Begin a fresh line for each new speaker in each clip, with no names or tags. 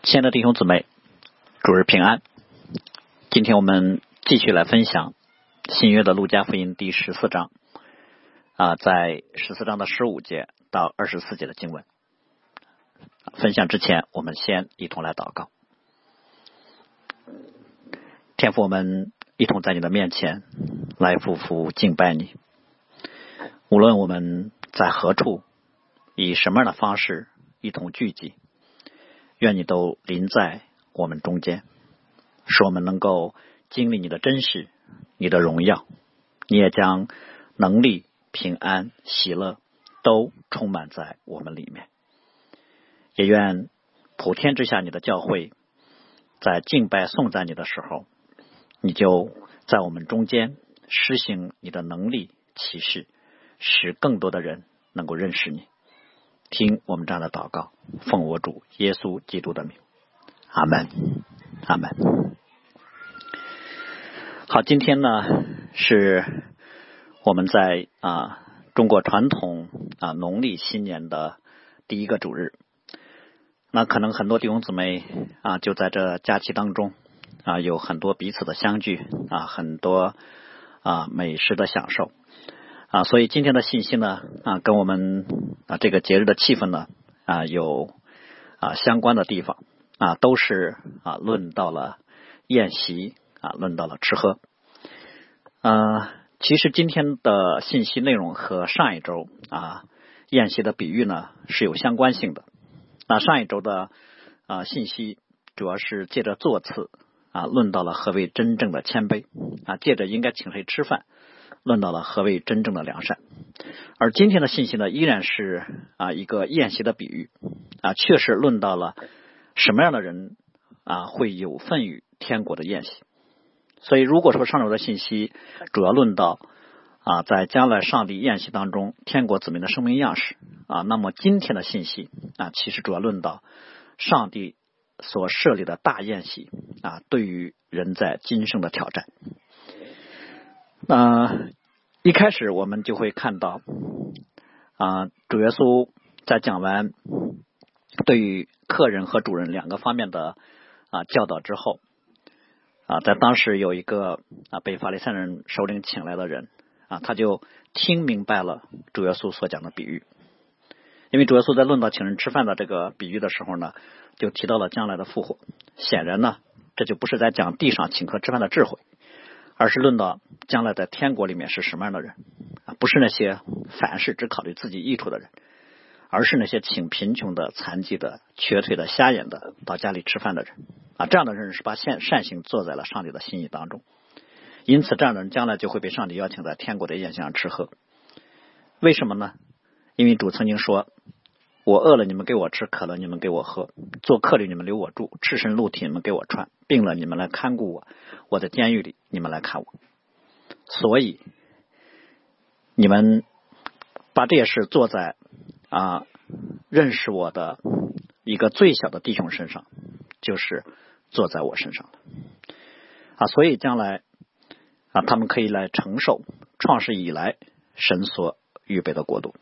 亲爱的弟兄姊妹，主日平安。今天我们继续来分享新约的路加福音第14章在14章的15节到24节的经文。分享之前，我们先一同来祷告。天父，我们一同在你的面前来匍匐敬拜你。无论我们在何处，以什么样的方式一同聚集，愿你都临在我们中间，使我们能够经历你的真实，你的荣耀。你也将能力、平安、喜乐都充满在我们里面。也愿普天之下你的教会在敬拜颂赞你的时候，你就在我们中间施行你的能力启示，使更多的人能够认识你。听我们这样的祷告，奉我主耶稣基督的名，阿们，阿们。好，今天呢是我们在中国传统农历新年的第一个主日。那可能很多弟兄姊妹就在这假期当中有很多彼此的相聚很多美食的享受所以今天的信息呢跟我们这个节日的气氛呢有相关的地方都是论到了宴席论到了吃喝。其实今天的信息内容和上一周宴席的比喻呢是有相关性的。那上一周的信息主要是借着座次论到了何为真正的谦卑借着应该请谁吃饭论到了何为真正的良善。而今天的信息呢依然是一个宴席的比喻确实论到了什么样的人会有份于天国的宴席。所以如果说上周的信息主要论到在将来上帝宴席当中天国子民的生命样式那么今天的信息其实主要论到上帝所设立的大宴席对于人在今生的挑战。一开始我们就会看到主耶稣在讲完对于客人和主人两个方面的教导之后在当时有一个被法利赛人首领请来的人他就听明白了主耶稣所讲的比喻。因为主耶稣在论到请人吃饭的这个比喻的时候呢就提到了将来的复活。显然呢这就不是在讲地上请客吃饭的智慧，而是论到将来在天国里面是什么样的人不是那些凡事只考虑自己益处的人，而是那些请贫穷的、残疾的、瘸腿的、瞎眼的到家里吃饭的人这样的人是把善行做在了上帝的心意当中。因此这样的人将来就会被上帝邀请在天国的宴席上吃喝。为什么呢？因为主曾经说，我饿了你们给我吃，渴了你们给我喝，做客旅你们留我住，赤身露体你们给我穿，病了你们来看顾我，我在监狱里你们来看我。所以你们把这些事做在认识我的一个最小的弟兄身上，就是做在我身上的所以将来他们可以来承受创世以来神所预备的国度。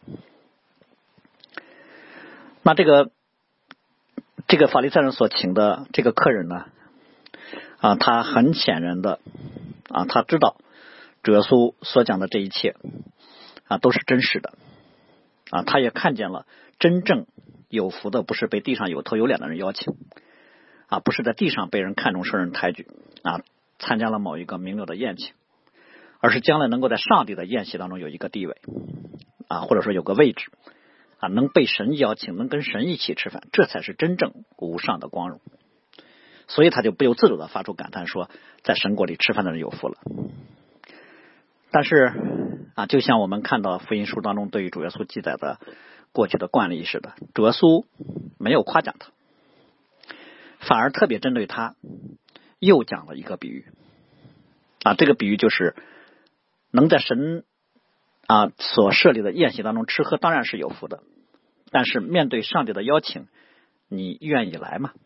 那这个法利赛人所请的这个客人呢他很显然的他知道主耶稣所讲的这一切都是真实的他也看见了真正有福的不是被地上有头有脸的人邀请不是在地上被人看重受人抬举参加了某一个名流的宴请，而是将来能够在上帝的宴席当中有一个地位或者说有个位置能被神邀请，能跟神一起吃饭，这才是真正无上的光荣。所以他就不由自主的发出感叹说，在神国里吃饭的人有福了。但是就像我们看到福音书当中对于主耶稣记载的过去的惯例似的，主耶稣没有夸奖他，反而特别针对他又讲了一个比喻这个比喻就是能在神所设立的宴席当中吃喝当然是有福的，但是面对上帝的邀请，你愿意来吗？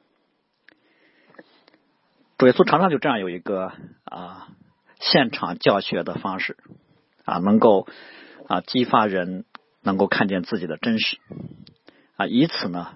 主耶稣常常就这样有一个现场教学的方式能够激发人能够看见自己的真实以此呢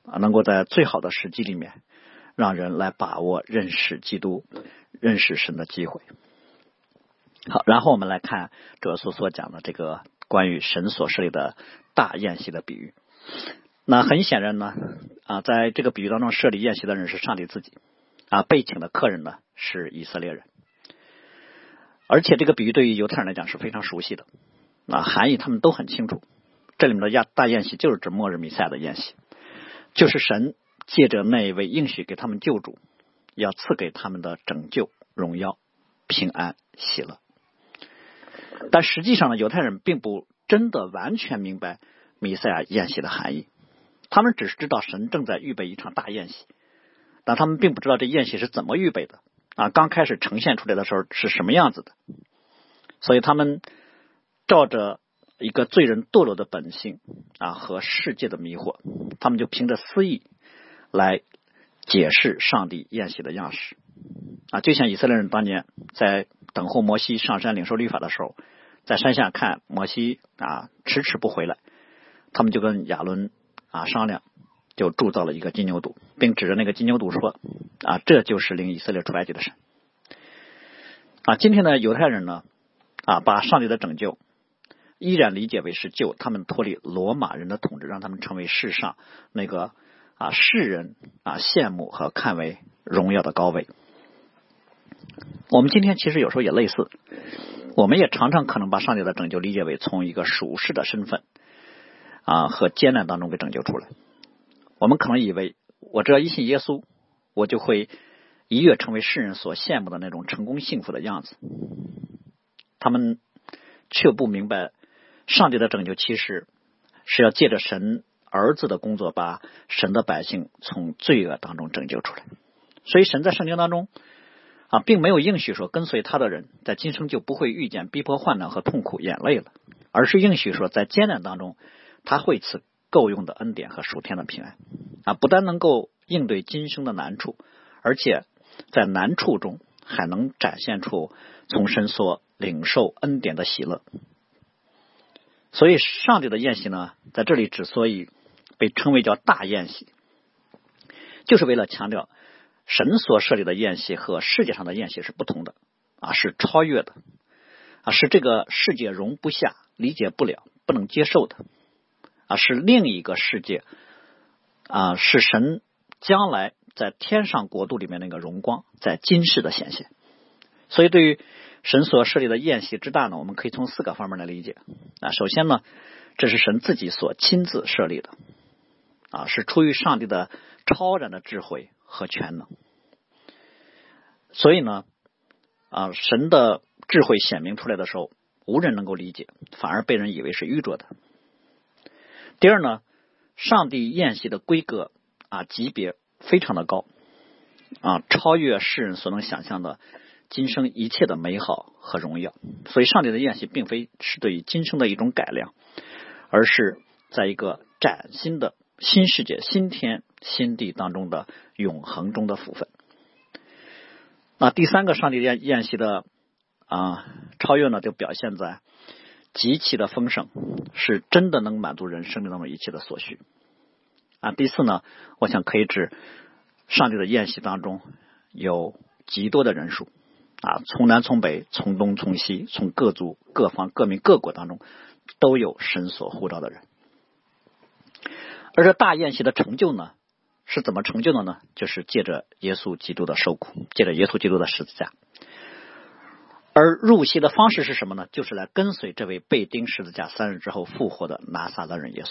能够在最好的时机里面让人来把握认识基督、认识神的机会。好，然后我们来看主耶稣所讲的这个关于神所设立的大宴席的比喻。那很显然呢，在这个比喻当中设立宴席的人是上帝自己，被请的客人呢是以色列人。而且这个比喻对于犹太人来讲是非常熟悉的，含义他们都很清楚。这里面的大宴席就是指末日弥赛亚的宴席，就是神借着那一位应许给他们救主，要赐给他们的拯救、荣耀、平安、喜乐。但实际上呢，犹太人并不真的完全明白弥赛亚宴席的含义，他们只是知道神正在预备一场大宴席，但他们并不知道这宴席是怎么预备的，刚开始呈现出来的时候是什么样子的。所以他们照着一个罪人堕落的本性和世界的迷惑，他们就凭着私意来解释上帝宴席的样式就像以色列人当年在等候摩西上山领受律法的时候，在山下看摩西迟迟不回来，他们就跟亚伦商量，就铸造了一个金牛犊，并指着那个金牛犊说这就是领以色列出埃及的神。今天的犹太人呢把上帝的拯救依然理解为是救他们脱离罗马人的统治，让他们成为世上那个世人羡慕和看为荣耀的高位。我们今天其实有时候也类似，我们也常常可能把上帝的拯救理解为从一个属世的身份和艰难当中给拯救出来。我们可能以为我只要一信耶稣，我就会一跃成为世人所羡慕的那种成功幸福的样子。他们却不明白上帝的拯救其实是要借着神儿子的工作，把神的百姓从罪恶当中拯救出来。所以神在圣经当中并没有应许说跟随他的人在今生就不会遇见逼迫、患难和痛苦、眼泪了，而是应许说在艰难当中他会赐够用的恩典和属天的平安不但能够应对今生的难处，而且在难处中还能展现出从神所领受恩典的喜乐。所以上帝的宴席呢，在这里之所以被称为叫大宴席，就是为了强调神所设立的宴席和世界上的宴席是不同的是超越的是这个世界容不下、理解不了、不能接受的是另一个世界是神将来在天上国度里面那个荣光在今世的显现。所以对于神所设立的宴席之大呢，我们可以从4个方面来理解首先呢，这是神自己所亲自设立的是出于上帝的超然的智慧和全能。所以呢神的智慧显明出来的时候，无人能够理解，反而被人以为是愚拙的。第二呢，上帝宴席的规格级别非常的高超越世人所能想象的今生一切的美好和荣耀。所以上帝的宴席并非是对于今生的一种改良，而是在一个崭新的新世界、新天新地当中的永恒中的福分。第三个上帝宴席的超越呢，就表现在极其的丰盛，是真的能满足人生命当中一切的所需第四呢，我想可以指上帝的宴席当中有极多的人数从南从北、从东从西、从各族各方各民各国当中都有神所呼召的人。而这大宴席的成就呢，是怎么成就的呢？就是借着耶稣基督的受苦，借着耶稣基督的十字架。而入席的方式是什么呢？就是来跟随这位被钉十字架3日之后复活的拿撒勒人耶稣。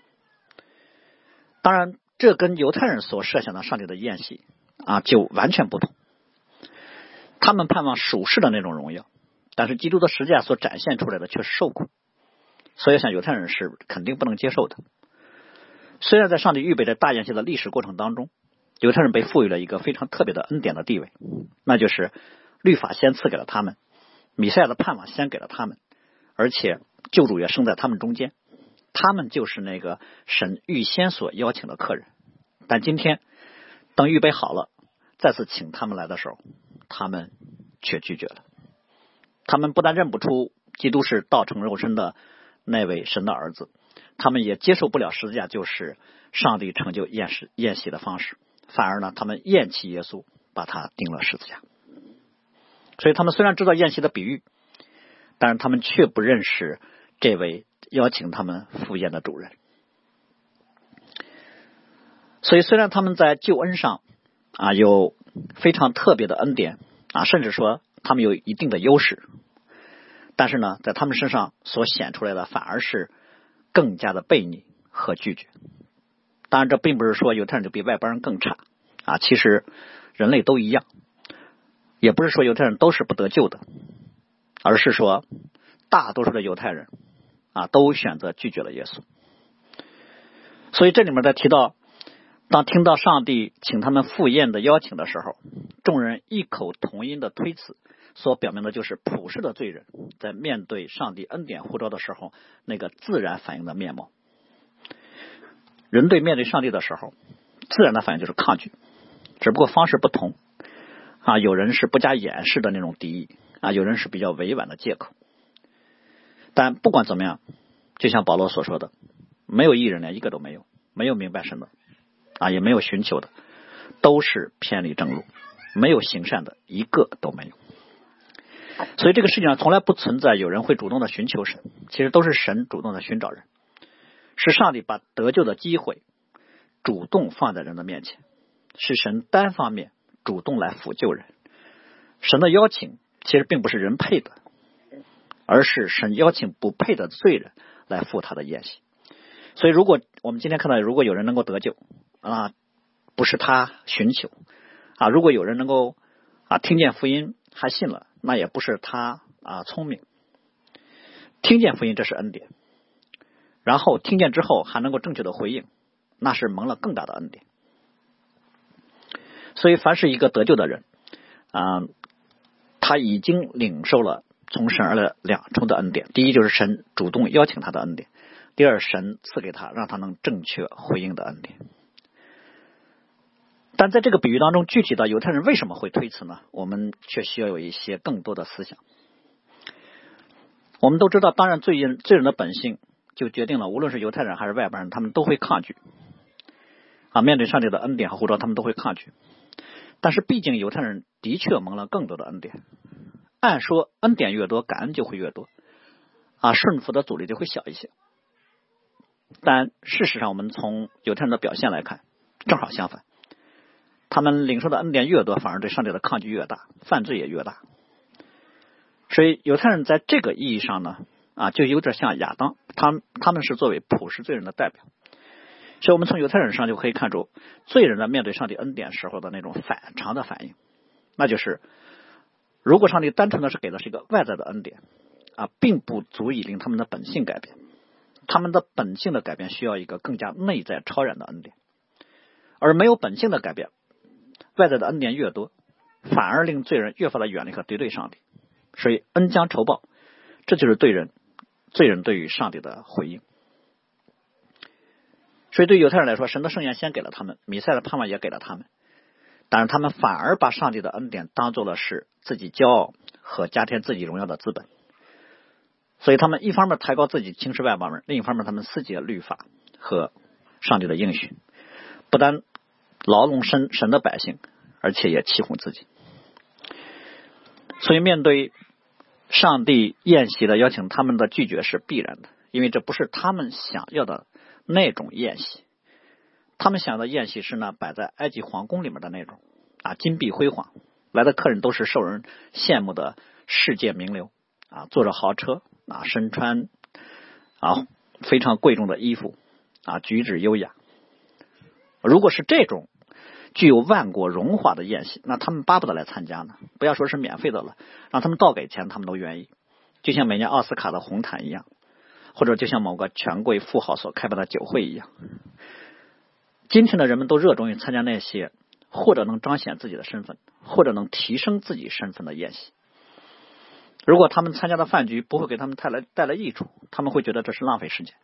当然这跟犹太人所设想的上帝的宴席就完全不同。他们盼望属世的那种荣耀，但是基督的十字架所展现出来的却是受苦，所以想犹太人是肯定不能接受的。虽然在上帝预备的大宴席的历史过程当中，犹太人被赋予了一个非常特别的恩典的地位，那就是律法先赐给了他们，弥赛亚的盼望先给了他们，而且救主也生在他们中间，他们就是那个神预先所邀请的客人。但今天等预备好了再次请他们来的时候，他们却拒绝了。他们不但认不出基督是道成肉身的那位神的儿子，他们也接受不了十字架就是上帝成就宴席的方式，反而呢，他们厌弃耶稣，把他钉了十字架。所以他们虽然知道宴席的比喻，但是他们却不认识这位邀请他们赴宴的主人。所以虽然他们在救恩上有非常特别的恩典甚至说他们有一定的优势，但是呢，在他们身上所显出来的反而是更加的悖逆和拒绝。当然这并不是说犹太人就比外邦人更差其实人类都一样，也不是说犹太人都是不得救的，而是说大多数的犹太人都选择拒绝了耶稣。所以这里面在提到，当听到上帝请他们赴宴的邀请的时候，众人异口同音的推辞，所表明的就是普世的罪人在面对上帝恩典呼召的时候那个自然反应的面貌。人对面对上帝的时候，自然的反应就是抗拒，只不过方式不同有人是不加掩饰的那种敌意有人是比较委婉的借口。但不管怎么样，就像保罗所说的，没有义人，连一个都没有，没有明白神的也没有寻求的，都是偏离正路，没有行善的，一个都没有。所以这个世界上从来不存在有人会主动的寻求神，其实都是神主动的寻找人，是上帝把得救的机会主动放在人的面前，是神单方面主动来辅救人。神的邀请其实并不是人配的，而是神邀请不配的罪人来赴他的宴席。所以如果我们今天看到，如果有人能够得救不是他寻求如果有人能够听见福音还信了，那也不是他聪明。听见福音这是恩典，然后听见之后还能够正确的回应，那是蒙了更大的恩典。所以凡是一个得救的人他已经领受了从神而来两重的恩典。第一就是神主动邀请他的恩典，第二神赐给他让他能正确回应的恩典。但在这个比喻当中，具体的犹太人为什么会推辞呢？我们却需要有一些更多的思想。我们都知道，当然罪人的本性就决定了，无论是犹太人还是外邦人，他们都会抗拒面对上帝的恩典和呼召，他们都会抗拒。但是毕竟犹太人的确蒙了更多的恩典，按说恩典越多，感恩就会越多顺服的阻力就会小一些。但事实上我们从犹太人的表现来看，正好相反，他们领受的恩典越多，反而对上帝的抗拒越大，犯罪也越大。所以犹太人在这个意义上呢就有点像亚当，他们是作为普世罪人的代表。所以我们从犹太人上就可以看出，罪人在面对上帝恩典时候的那种反常的反应，那就是如果上帝单纯的是给的是一个外在的恩典并不足以令他们的本性改变，他们的本性的改变需要一个更加内在超然的恩典。而没有本性的改变，外在的恩典越多，反而令罪人越发的远离和敌对上帝。所以恩将仇报，这就是罪人对于上帝的回应。所以对犹太人来说，神的圣言先给了他们，弥赛的盼望也给了他们，但是他们反而把上帝的恩典当作了是自己骄傲和加添自己荣耀的资本。所以他们一方面抬高自己，轻视外邦人，另一方面他们私解律法和上帝的应许，不但牢笼神的百姓，而且也欺哄自己。所以面对上帝宴席的邀请，他们的拒绝是必然的，因为这不是他们想要的那种宴席。他们想要的宴席是摆在埃及皇宫里面的那种金碧辉煌，来的客人都是受人羡慕的世界名流坐着豪车身穿非常贵重的衣服举止优雅。如果是这种具有万国荣华的宴席，那他们巴不得来参加呢，不要说是免费的了，让他们倒给钱他们都愿意，就像每年奥斯卡的红毯一样，或者就像某个权贵富豪所开办的酒会一样。今天的人们都热衷于参加那些或者能彰显自己的身份，或者能提升自己身份的宴席。如果他们参加的饭局不会给他们带来益处，他们会觉得这是浪费时间。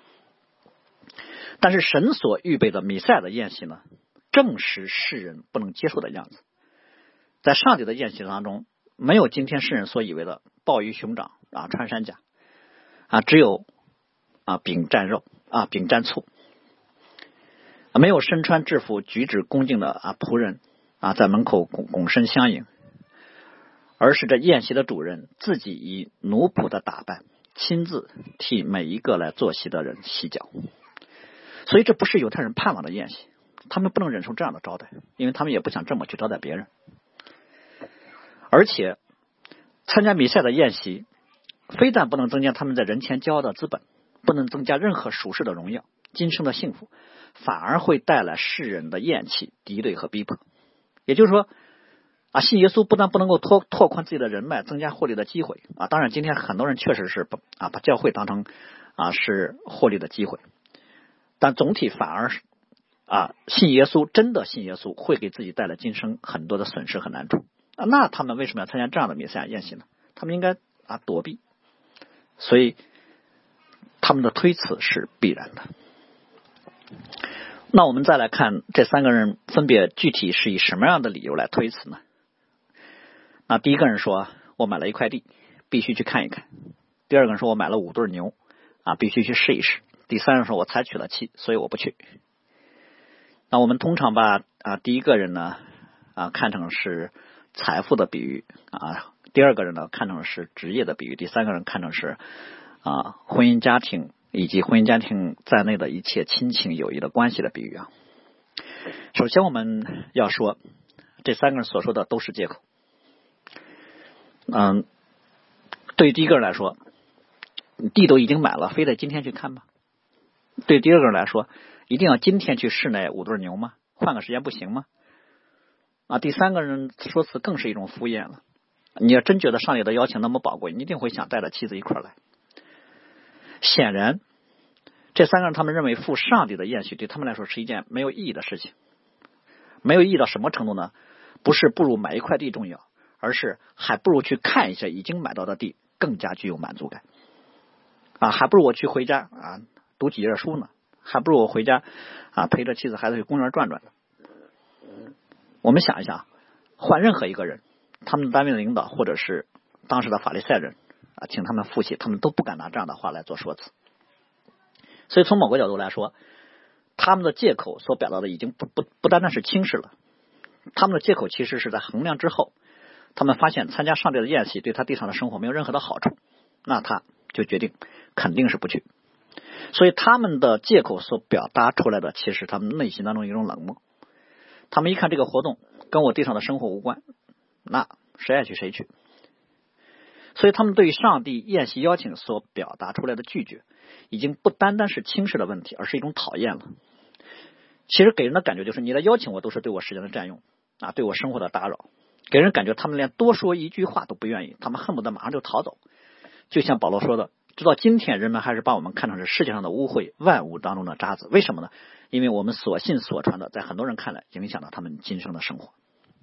但是神所预备的弥赛亚的宴席呢，正是世人不能接受的样子。在上帝的宴席当中，没有今天世人所以为的鲍鱼熊掌穿山甲只有饼蘸肉饼蘸醋。 没有身穿制服、举止恭敬的仆人在门口拱身相迎，而是这宴席的主人自己以奴仆的打扮，亲自替每一个来坐席的人洗脚。所以这不是犹太人盼望的宴席，他们不能忍受这样的招待，因为他们也不想这么去招待别人。而且参加弥赛的宴席非但不能增加他们在人前骄傲的资本，不能增加任何属世的荣耀、今生的幸福，反而会带来世人的厌弃、敌对和逼迫。也就是说信耶稣不但不能够拓宽自己的人脉，增加获利的机会当然今天很多人确实是把教会当成是获利的机会，但总体反而是信耶稣，真的信耶稣会给自己带来今生很多的损失和难处那他们为什么要参加这样的弥赛亚宴席呢？他们应该躲避，所以他们的推辞是必然的。那我们再来看这三个人分别具体是以什么样的理由来推辞呢？那第一个人说，我买了一块地，必须去看一看。第二个人说，我买了5对牛必须去试一试。第三个人说，我才娶了妻，所以我不去。那我们通常把第一个人呢看成是财富的比喻第二个人呢看成是职业的比喻，第三个人看成是婚姻家庭以及婚姻家庭在内的一切亲情友谊的关系的比喻首先我们要说，这三个人所说的都是借口。对第一个人来说，地都已经买了，非得今天去看吗？对第二个人来说，一定要今天去试那5对牛吗？换个时间不行吗？第三个人说辞更是一种敷衍了。你要真觉得上帝的邀请那么宝贵，你一定会想带着妻子一块来。显然这三个人他们认为赴上帝的宴席对他们来说是一件没有意义的事情。没有意义到什么程度呢？不是不如买一块地重要，而是还不如去看一下已经买到的地更加具有满足感还不如我去回家读几页书呢，还不如我回家陪着妻子孩子去公园转转呢。我们想一想，换任何一个人，他们单位的领导或者是当时的法利赛人请他们复习，他们都不敢拿这样的话来做说辞。所以从某个角度来说，他们的借口所表达的已经不单单是轻视了，他们的借口其实是在衡量之后，他们发现参加上帝的宴席对他地上的生活没有任何的好处，那他就决定肯定是不去。所以他们的借口所表达出来的其实他们内心当中一种冷漠。他们一看这个活动跟我地上的生活无关，那谁爱去谁去。所以他们对于上帝宴席邀请所表达出来的拒绝，已经不单单是轻视的问题，而是一种讨厌了。其实给人的感觉就是你的邀请我都是对我时间的占用对我生活的打扰，给人感觉他们连多说一句话都不愿意，他们恨不得马上就逃走。就像保罗说的，直到今天人们还是把我们看成是世界上的污秽，万物当中的渣子。为什么呢？因为我们所信所传的在很多人看来影响了他们今生的生活。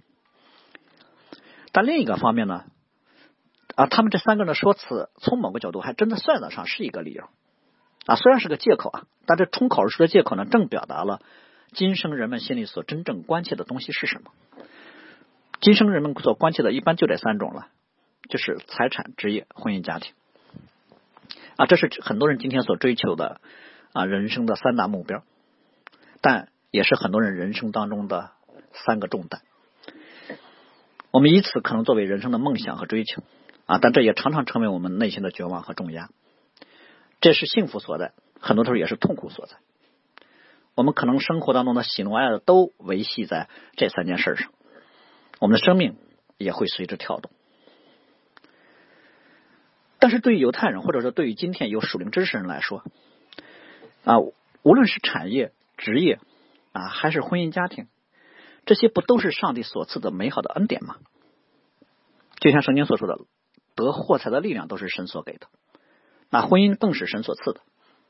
但另一个方面呢他们这三个人的说辞从某个角度还真的算得上是一个理由虽然是个借口但这冲口而出的借口呢，正表达了今生人们心里所真正关切的东西是什么。今生人们所关切的一般就这3种了，就是财产、职业、婚姻家庭这是很多人今天所追求的人生的3大目标，但也是很多人人生当中的3个重担。我们以此可能作为人生的梦想和追求但这也常常成为我们内心的绝望和重压。这是幸福所在，很多时候也是痛苦所在。我们可能生活当中的喜怒哀乐都维系在这3件事上，我们的生命也会随之跳动。但是对于犹太人或者说对于今天有属灵知识人来说无论是产业、职业还是婚姻家庭，这些不都是上帝所赐的美好的恩典吗？就像圣经所说的，得获财的力量都是神所给的，那婚姻更是神所赐的。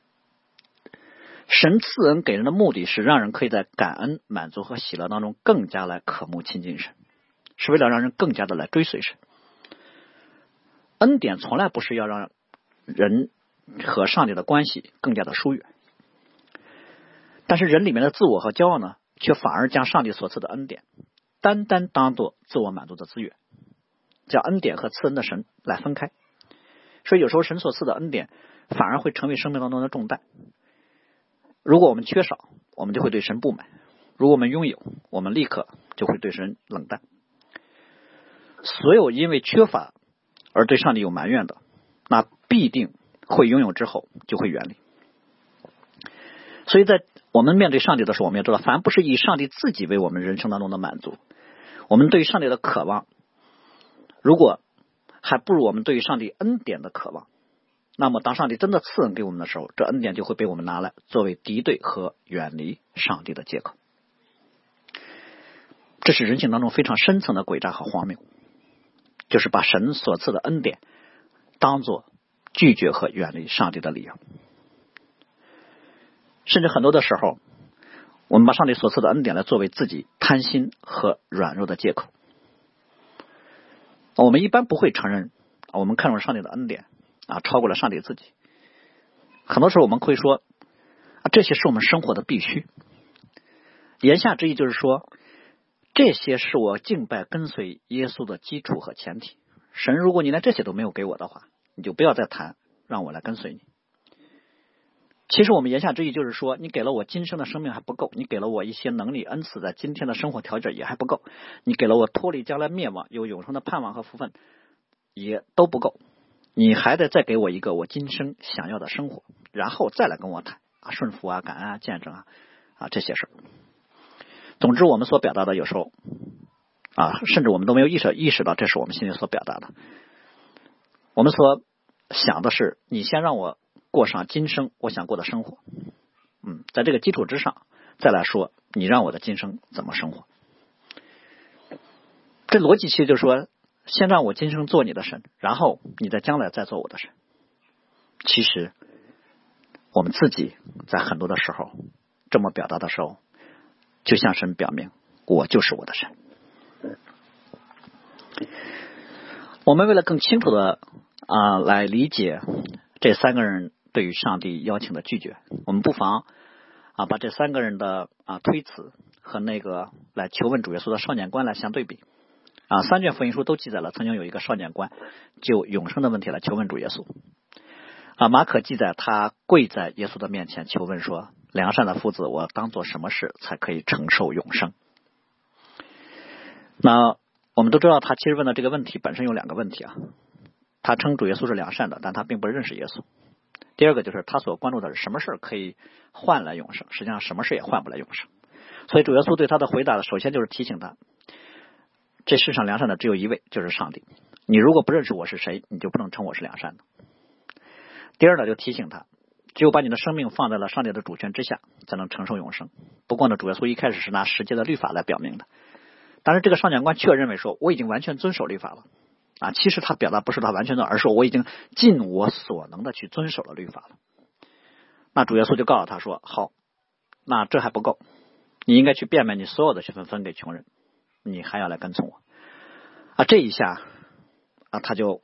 神赐恩给人的目的是让人可以在感恩、满足和喜乐当中更加来渴慕亲近神，是为了让人更加的来追随神。恩典从来不是要让人和上帝的关系更加的疏远，但是人里面的自我和骄傲呢，却反而将上帝所赐的恩典单单当作自我满足的资源，将恩典和赐恩的神来分开。所以有时候神所赐的恩典反而会成为生命当中的重担。如果我们缺少， 我们就会对神不满；如果我们拥有，我们立刻就会对神冷淡。所有因为缺乏而对上帝有埋怨的，那必定会拥有之后就会远离。所以在我们面对上帝的时候，我们要知道，凡不是以上帝自己为我们人生当中的满足，我们对于上帝的渴望，如果还不如我们对于上帝恩典的渴望，那么当上帝真的赐恩给我们的时候，这恩典就会被我们拿来作为敌对和远离上帝的借口。这是人性当中非常深层的诡诈和荒谬，就是把神所赐的恩典当作拒绝和远离上帝的理由。甚至很多的时候，我们把上帝所赐的恩典来作为自己贪心和软弱的借口。我们一般不会承认我们看重上帝的恩典超过了上帝自己。很多时候我们会说这些是我们生活的必须。言下之意就是说，这些是我敬拜跟随耶稣的基础和前提。神，如果你连这些都没有给我的话，你就不要再谈让我来跟随你。其实我们言下之意就是说，你给了我今生的生命还不够，你给了我一些能力恩赐在今天的生活条件也还不够，你给了我脱离将来灭亡有永生的盼望和福分也都不够，你还得再给我一个我今生想要的生活，然后再来跟我谈顺服感恩见证这些事儿。总之我们所表达的有时候甚至我们都没有意识到这是我们心里所表达的。我们所想的是，你先让我过上今生我想过的生活，在这个基础之上再来说你让我的今生怎么生活。这逻辑其实就是说，先让我今生做你的神，然后你在将来再做我的神。其实我们自己在很多的时候这么表达的时候，就向神表明我就是我的神。我们为了更清楚的来理解这三个人对于上帝邀请的拒绝，我们不妨把这三个人的推辞和那个来求问主耶稣的少年官来相对比。三卷福音书都记载了曾经有一个少年官就永生的问题来求问主耶稣。马可记载他跪在耶稣的面前求问说，良善的夫子，我当做什么事才可以承受永生？那我们都知道他其实问的这个问题本身有两个问题他称主耶稣是良善的，但他并不认识耶稣。第二个就是他所关注的是什么事可以换来永生，实际上什么事也换不来永生。所以主耶稣对他的回答首先就是提醒他，这世上良善的只有一位，就是上帝。你如果不认识我是谁，你就不能称我是良善的。第二呢，就提醒他，只有把你的生命放在了上帝的主权之下，才能承受永生。不过呢，主耶稣一开始是拿十诫的律法来表明的，但是这个少年官却认为说，我已经完全遵守律法了其实他表达不是他完全的，而是我已经尽我所能的去遵守了律法了。那主耶稣就告诉他说，好，那这还不够，你应该去变卖你所有的学分分给穷人，你还要来跟从我这一下他就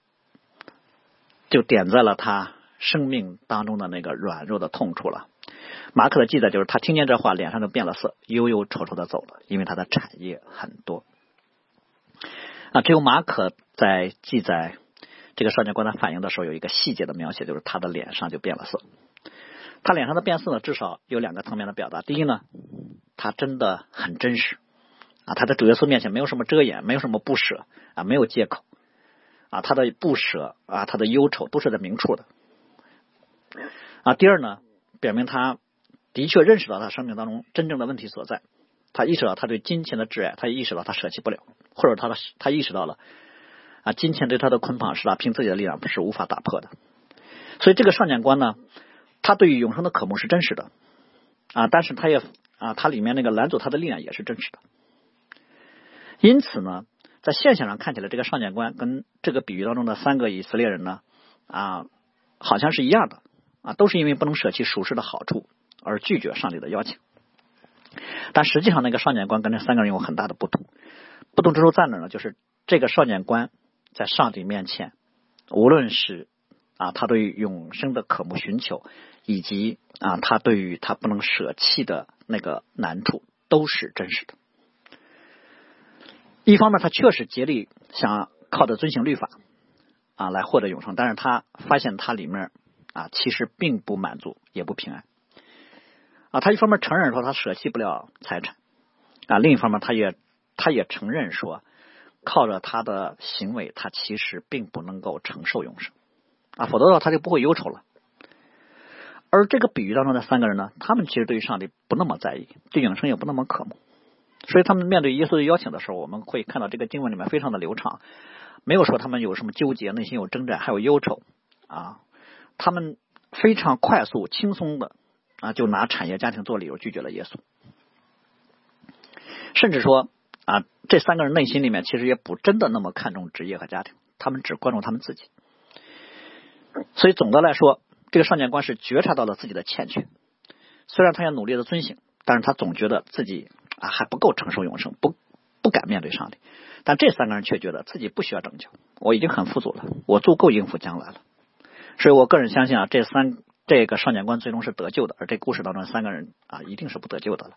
点在了他生命当中的那个软弱的痛处了。马可的记载就是他听见这话脸上就变了色，忧忧愁愁的走了，因为他的产业很多只有马可在记载这个少年官他反应的时候有一个细节的描写，就是他的脸上就变了色。他脸上的变色呢，至少有两个层面的表达。第一呢，他真的很真实他在主耶稣面前没有什么遮掩，没有什么不舍没有借口他的不舍他的忧愁都是在明处的第二呢，表明他的确认识到他生命当中真正的问题所在，他意识到他对金钱的挚爱，他也意识到他舍弃不了，或者他意识到了金钱对他的捆绑是他凭自己的力量是无法打破的。所以这个少年官呢，他对于永生的渴慕是真实的但是他也他里面那个拦阻他的力量也是真实的。因此呢，在现象上看起来，这个少年官跟这个比喻当中的三个以色列人呢好像是一样的都是因为不能舍弃属世的好处而拒绝上帝的邀请。但实际上那个少年官跟这三个人有很大的不同，不同之处在哪呢？就是这个少年官在上帝面前，无论是他对于永生的渴慕寻求，以及他对于他不能舍弃的那个难处，都是真实的。一方面他确实竭力想靠着遵行律法来获得永生，但是他发现他里面其实并不满足也不平安他一方面承认说他舍弃不了财产另一方面他也承认说靠着他的行为他其实并不能够承受永生否则的话他就不会忧愁了。而这个比喻当中的3个人呢，他们其实对于上帝不那么在意，对永生也不那么渴慕，所以他们面对耶稣的邀请的时候，我们会看到这个经文里面非常的流畅，没有说他们有什么纠结，内心有征战还有忧愁他们非常快速轻松的就拿产业家庭做理由拒绝了耶稣，甚至说这3个人内心里面其实也不真的那么看重职业和家庭，他们只关注他们自己。所以总的来说，这个少年官是觉察到了自己的欠缺，虽然他也努力的遵行，但是他总觉得自己还不够承受永生，不敢面对上帝。但这3个人却觉得自己不需要拯救，我已经很富足了，我足够应付将来了。所以我个人相信这个少年官最终是得救的，而这故事当中3个人一定是不得救的了。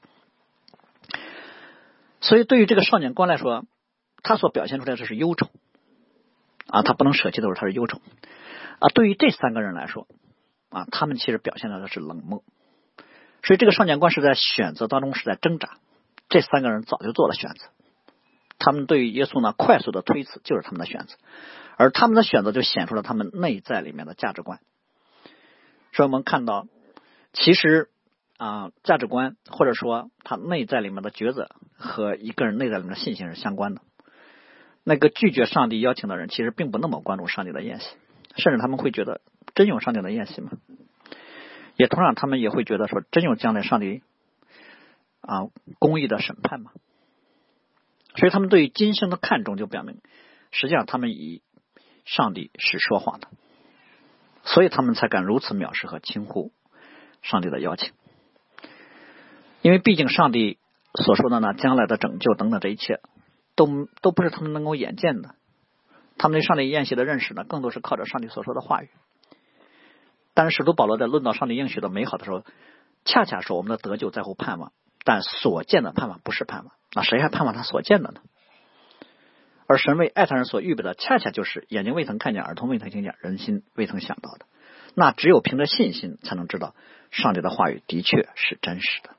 所以对于这个少年官来说，他所表现出来的是忧愁他不能舍弃的时候他是忧愁对于这3个人来说他们其实表现的是冷漠。所以这个少年官是在选择当中是在挣扎，这3个人早就做了选择，他们对于耶稣呢快速的推辞就是他们的选择，而他们的选择就显出了他们内在里面的价值观。所以我们看到其实价值观或者说他内在里面的抉择和一个人内在里面的信心是相关的。那个拒绝上帝邀请的人其实并不那么关注上帝的宴席，甚至他们会觉得真有上帝的宴席吗？也同样他们也会觉得说真有将来上帝公义的审判吗？所以他们对于今生的看重就表明实际上他们以上帝是说谎的，所以他们才敢如此藐视和轻忽上帝的邀请。因为毕竟上帝所说的呢将来的拯救等等这一切都不是他们能够眼见的，他们对上帝宴席的认识呢更多是靠着上帝所说的话语。但是使徒保罗在论到上帝应许的美好的时候，恰恰说我们的得救在乎盼望，但所见的盼望不是盼望，那谁还盼望他所见的呢？而神为爱他人所预备的恰恰就是眼睛未曾看见，耳朵未曾听见，人心未曾想到的。那只有凭着信心才能知道上帝的话语的确是真实的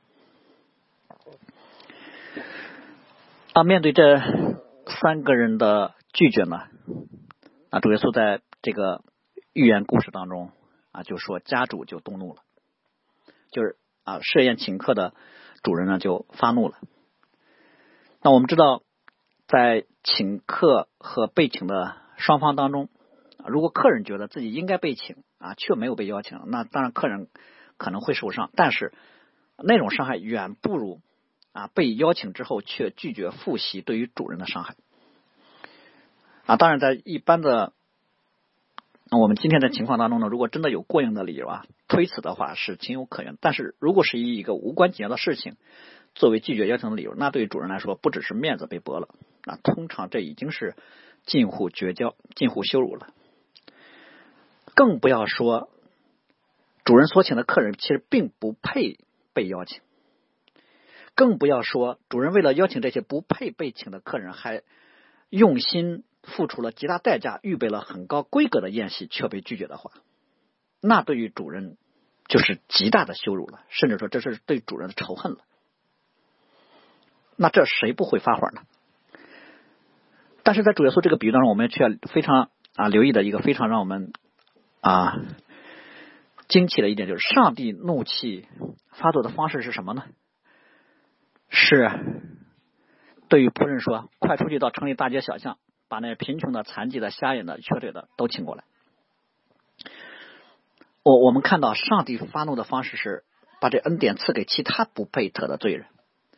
面对这3个人的拒绝呢主耶稣在这个寓言故事当中就说家主就动怒了，就是设宴请客的主人呢就发怒了。那我们知道在请客和被请的双方当中，如果客人觉得自己应该被请却没有被邀请，那当然客人可能会受伤，但是那种伤害远不如被邀请之后却拒绝复习对于主人的伤害当然在一般的我们今天的情况当中呢，如果真的有过硬的理由推辞的话是情有可原，但是如果是以一个无关紧要的事情作为拒绝邀请的理由，那对于主人来说不只是面子被驳了，通常这已经是近乎绝交近乎羞辱了。更不要说主人所请的客人其实并不配被邀请，更不要说主人为了邀请这些不配被请的客人还用心付出了极大代价预备了很高规格的宴席却被拒绝的话，那对于主人就是极大的羞辱了，甚至说这是对主人的仇恨了。那这谁不会发火呢？但是在主耶稣这个比喻当中，我们却非常留意的一个非常让我们惊奇的一点，就是上帝怒气发作的方式是什么呢？是对于仆人说快出去到城里大街小巷，把那贫穷的残疾的瞎眼的瘸腿的都请过来。我们看到上帝发怒的方式是把这恩典赐给其他不配得的罪人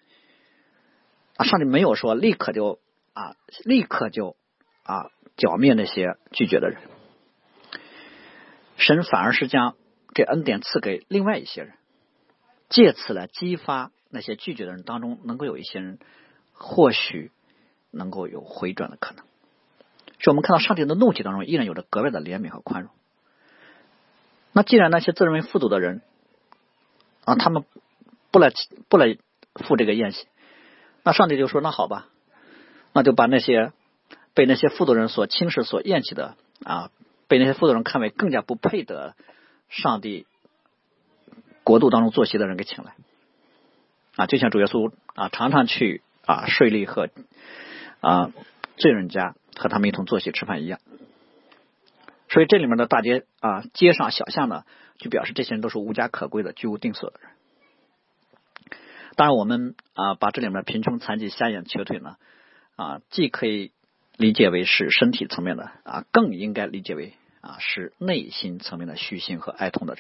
上帝没有说立刻就剿灭那些拒绝的人，神反而是将这恩典赐给另外一些人，借此来激发那些拒绝的人当中能够有一些人或许能够有回转的可能。所以我们看到上帝的怒气当中依然有着格外的怜悯和宽容。那既然那些自认为富足的人他们不来赴这个宴席，那上帝就说那好吧，那就把那些被那些富足人所轻视所厌弃的被那些富足人看为更加不配得上帝国度当中坐席的人给请来就像主耶稣常常去税吏和罪人家和他们一同坐席吃饭一样。所以这里面的大街街上小巷呢，就表示这些人都是无家可归的居无定所的人。当然我们把这里面贫穷、残疾、瞎眼、瘸腿呢既可以理解为是身体层面的更应该理解为是内心层面的虚心和哀痛的人。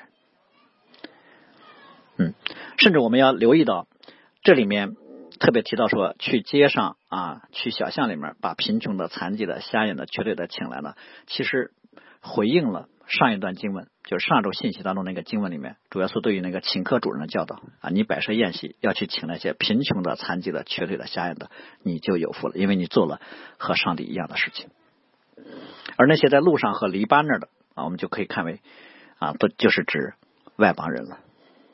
甚至我们要留意到这里面特别提到说，去街上去小巷里面把贫穷的、残疾的、瞎眼的、瘸腿的请来呢，其实回应了上一段经文，就是上周信息当中那个经文里面主耶稣对于那个请客主人的教导你摆设宴席要去请那些贫穷的、残疾的、瘸腿的、瞎眼的，你就有福了，因为你做了和上帝一样的事情。而那些在路上和篱笆那儿的我们就可以看为都就是指外邦人了。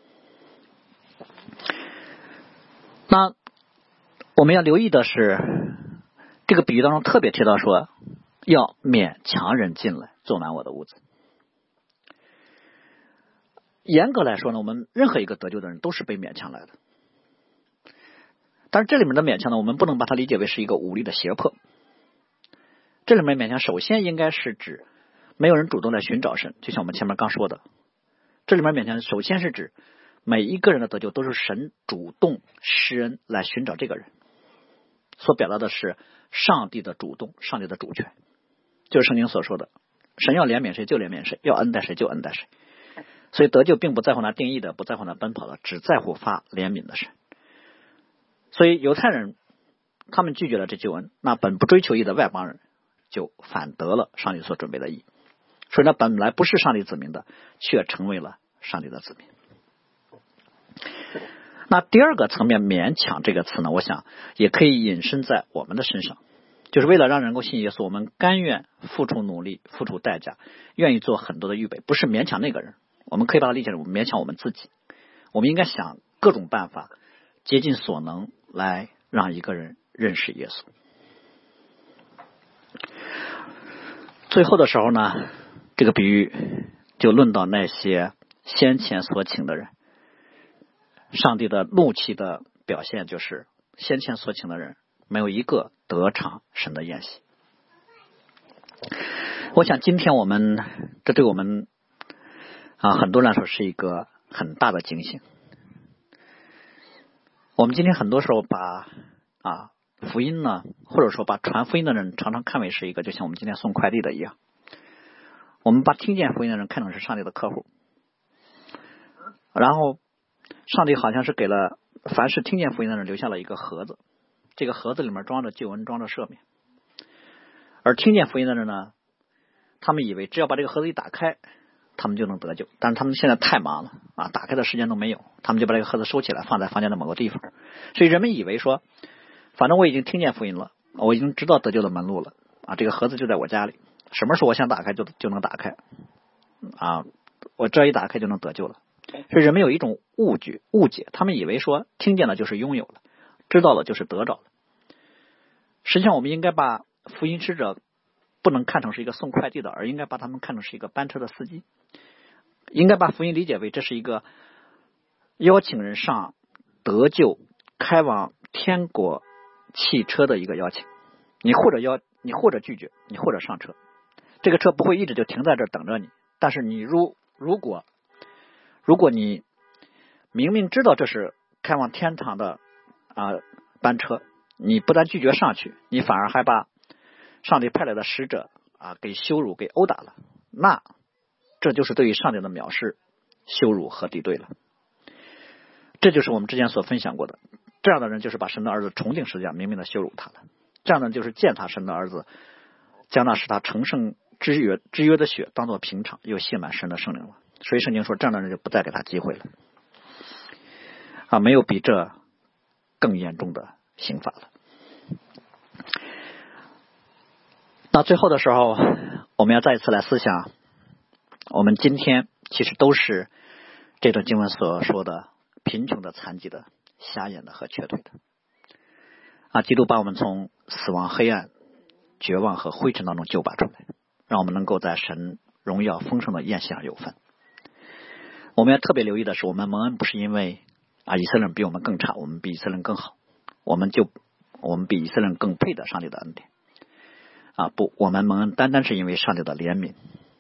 那我们要留意的是，这个比喻当中特别提到说，要勉强人进来坐满我的屋子。严格来说呢，我们任何一个得救的人都是被勉强来的。但是这里面的勉强呢，我们不能把它理解为是一个武力的胁迫。这里面勉强首先应该是指没有人主动来寻找神，就像我们前面刚说的，这里面勉强首先是指每一个人的得救都是神主动施恩来寻找这个人，所表达的是上帝的主动，上帝的主权，就是圣经所说的神要怜悯谁就怜悯谁，要恩待谁就恩待谁。所以得救并不在乎那定义的，不在乎那奔跑的，只在乎发怜悯的神。所以犹太人他们拒绝了这救恩，那本不追求义的外邦人就反得了上帝所准备的义。所以呢，本来不是上帝子民的，却成为了上帝的子民。那第二个层面勉强这个词呢，我想也可以引申在我们的身上，就是为了让人能够信耶稣，我们甘愿付出努力，付出代价，愿意做很多的预备，不是勉强那个人，我们可以把它理解为勉强我们自己。我们应该想各种办法，竭尽所能来让一个人认识耶稣。最后的时候呢，这个比喻就论到那些先前所请的人。上帝的怒气的表现就是先前所请的人没有一个得偿神的宴席。我想今天这对我们很多人来说是一个很大的警醒。我们今天很多时候把福音呢，或者说把传福音的人常常看为是一个就像我们今天送快递的一样，我们把听见福音的人看成是上帝的客户，然后上帝好像是给了凡是听见福音的人留下了一个盒子，这个盒子里面装着救恩，装着赦免。而听见福音的人呢，他们以为只要把这个盒子一打开，他们就能得救，但是他们现在太忙了打开的时间都没有，他们就把这个盒子收起来放在房间的某个地方。所以人们以为说，反正我已经听见福音了，我已经知道得救的门路了这个盒子就在我家里，什么时候我想打开就能打开我这一打开就能得救了。所以人们有一种误解，他们以为说听见了就是拥有了，知道了就是得着了。实际上我们应该把福音使者不能看成是一个送快递的，而应该把他们看成是一个班车的司机，应该把福音理解为这是一个邀请人上得救开往天国汽车的一个邀请。你或者拒绝，你或者上车，这个车不会一直就停在这儿等着你，但是你如果你明明知道这是开往天堂的班车，你不但拒绝上去，你反而还把上帝派来的使者给羞辱给殴打了，那这就是对于上帝的藐视、羞辱和敌对了。这就是我们之前所分享过的，这样的人就是把神的儿子重定十字架，明明的羞辱他了。这样的就是践踏神的儿子，将那使他成圣之约的血当作平常，又亵慢神的圣灵了。所以圣经说这样的人就不再给他机会了没有比这更严重的刑罚了。那最后的时候，我们要再一次来思想，我们今天其实都是这段经文所说的贫穷的、残疾的、瞎眼的和瘸腿的基督把我们从死亡、黑暗、绝望和灰尘当中救拔出来，让我们能够在神荣耀丰盛的宴席上有份。 我们要特别留意的是，我们蒙恩不是因为以色列人比我们更差，我们比以色列人更好，我们比以色列人更配得上帝的恩典不，我们蒙恩单单是因为上帝的怜悯。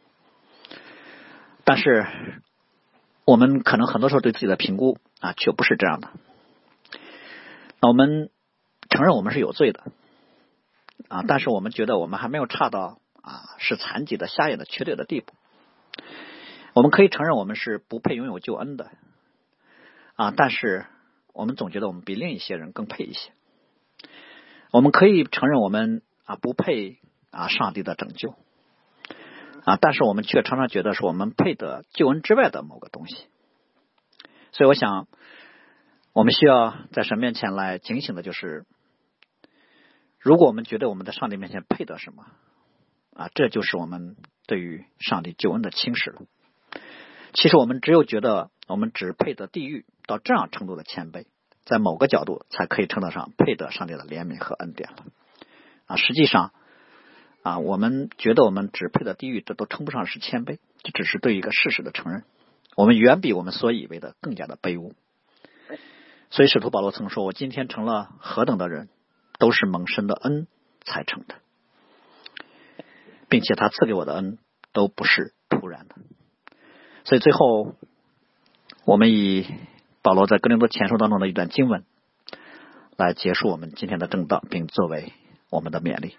但是我们可能很多时候对自己的评估却不是这样的。那我们承认我们是有罪的但是我们觉得我们还没有差到是残疾的、瞎眼的、缺德的地步。我们可以承认我们是不配拥有救恩的但是我们总觉得我们比另一些人更配一些。我们可以承认我们不配上帝的拯救但是我们却常常觉得是我们配得救恩之外的某个东西。所以我想我们需要在神面前来警醒的就是，如果我们觉得我们在上帝面前配得什么这就是我们对于上帝救恩的轻视了。其实我们只有觉得我们只配得地狱到这样程度的谦卑，在某个角度才可以称得上配得上帝的怜悯和恩典了实际上我们觉得我们只配得地狱，这都称不上是谦卑，这只是对一个事实的承认。我们远比我们所以为的更加的卑污。所以使徒保罗曾说，我今天成了何等的人，都是蒙神的恩才成的，并且他赐给我的恩都不是突然的。所以最后我们以保罗在哥林多前书当中的一段经文来结束我们今天的正道，并作为我们的勉励。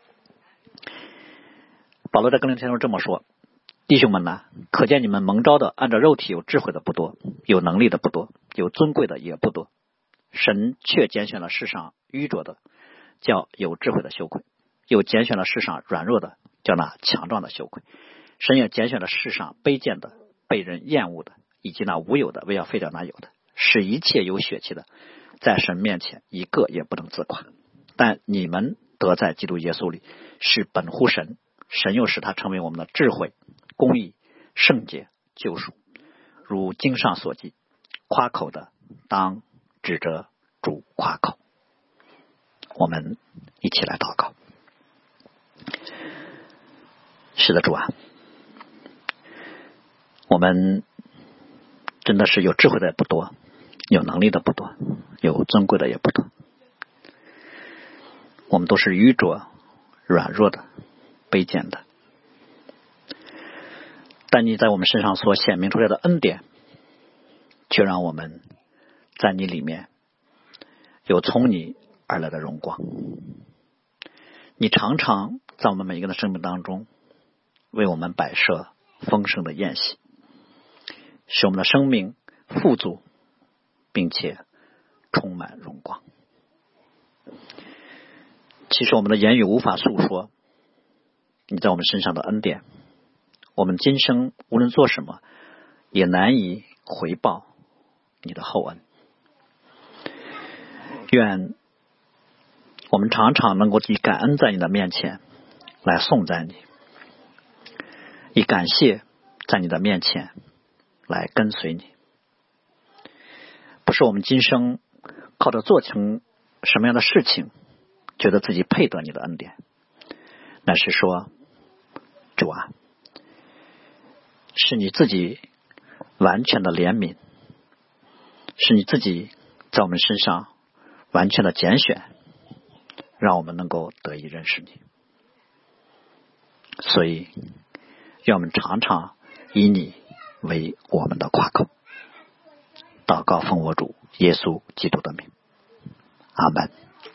保罗在哥林多前书这么说，弟兄们哪，可见你们蒙召的按照肉体有智慧的不多，有能力的不多，有尊贵的也不多，神却拣选了世上愚拙的，叫有智慧的羞愧，又拣选了世上软弱的，叫那强壮的羞愧。神也拣选了世上卑贱的，被人厌恶的，以及那无有的，为要废掉那有的，使一切有血气的在神面前一个也不能自夸。但你们得在基督耶稣里是本乎神，神又使他成为我们的智慧、公义、圣洁、救赎。如经上所记，夸口的当指着主夸口。我们一起来祷告。是的，主我们真的是有智慧的也不多，有能力的不多，有尊贵的也不多，我们都是愚拙、软弱的、卑贱的。但你在我们身上所显明出来的恩典，却让我们在你里面有从你而来的荣光。你常常在我们每一个人的生命当中为我们摆设丰盛的宴席，使我们的生命富足并且充满荣光。其实我们的言语无法诉说你在我们身上的恩典，我们今生无论做什么也难以回报你的厚恩。愿我们常常能够以感恩在你的面前来颂赞你，以感谢在你的面前来跟随你。不是我们今生靠着做成什么样的事情觉得自己配得你的恩典，乃是说，主是你自己完全的怜悯，是你自己在我们身上完全的拣选，让我们能够得以认识你。所以愿我们常常以你为我们的夸口。祷告奉我主耶稣基督的名，阿们。